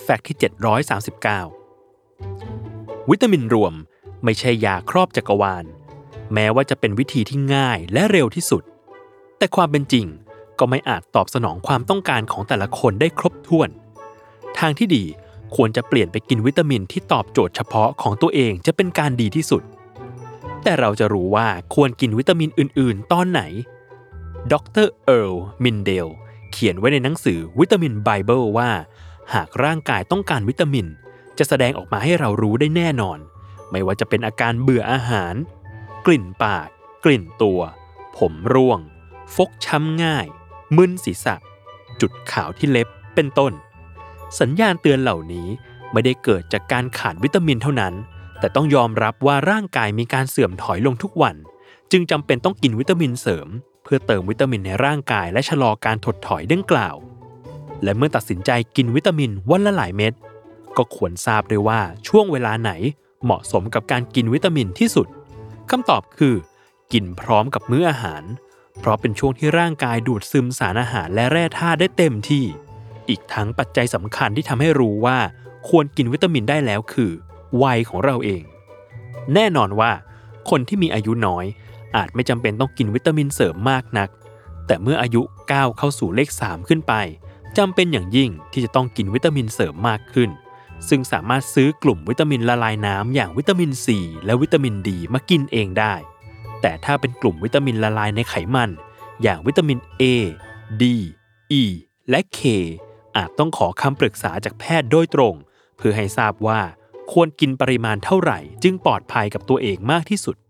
แฟกต์ที่739วิตามินรวมไม่ใช่ยาครอบจักรวาลแม้ว่าจะเป็นวิธีที่ง่ายและเร็วที่สุดแต่ความเป็นจริงก็ไม่อาจตอบสนองความต้องการของแต่ละคนได้ครบถ้วนทางที่ดีควรจะเปลี่ยนไปกินวิตามินที่ตอบโจทย์เฉพาะของตัวเองจะเป็นการดีที่สุดแต่เราจะรู้ว่าควรกินวิตามินอื่นๆตอนไหนดร.เอิร์ล มินเดลเขียนไว้ในหนังสือวิตามินไบเบิลว่าหากร่างกายต้องการวิตามินจะแสดงออกมาให้เรารู้ได้แน่นอนไม่ว่าจะเป็นอาการเบื่ออาหารกลิ่นปากกลิ่นตัวผมร่วงฟกช้ำง่ายมึนศีรษะจุดขาวที่เล็บเป็นต้นสัญญาณเตือนเหล่านี้ไม่ได้เกิดจากการขาดวิตามินเท่านั้นแต่ต้องยอมรับว่าร่างกายมีการเสื่อมถอยลงทุกวันจึงจำเป็นต้องกินวิตามินเสริมเพื่อเติมวิตามินในร่างกายและชะลอการถดถอยดังกล่าวและเมื่อตัดสินใจกินวิตามินวันละหลายเม็ดก็ควรทราบด้วยว่าช่วงเวลาไหนเหมาะสมกับการกินวิตามินที่สุดคำตอบคือกินพร้อมกับมื้ออาหารเพราะเป็นช่วงที่ร่างกายดูดซึมสารอาหารและแร่ธาตุได้เต็มที่อีกทั้งปัจจัยสำคัญที่ทำให้รู้ว่าควรกินวิตามินได้แล้วคือวัยของเราเองแน่นอนว่าคนที่มีอายุน้อยอาจไม่จำเป็นต้องกินวิตามินเสริมมากนักแต่เมื่ออายุก้าวเข้าสู่เลข3ขึ้นไปจำเป็นอย่างยิ่งที่จะต้องกินวิตามินเสริมมากขึ้นซึ่งสามารถซื้อกลุ่มวิตามินละลายน้ำอย่างวิตามิน C และวิตามิน D มากินเองได้แต่ถ้าเป็นกลุ่มวิตามินละลายในไขมันอย่างวิตามิน A D E และ K อาจต้องขอคำปรึกษาจากแพทย์โดยตรงเพื่อให้ทราบว่าควรกินปริมาณเท่าไหร่จึงปลอดภัยกับตัวเองมากที่สุด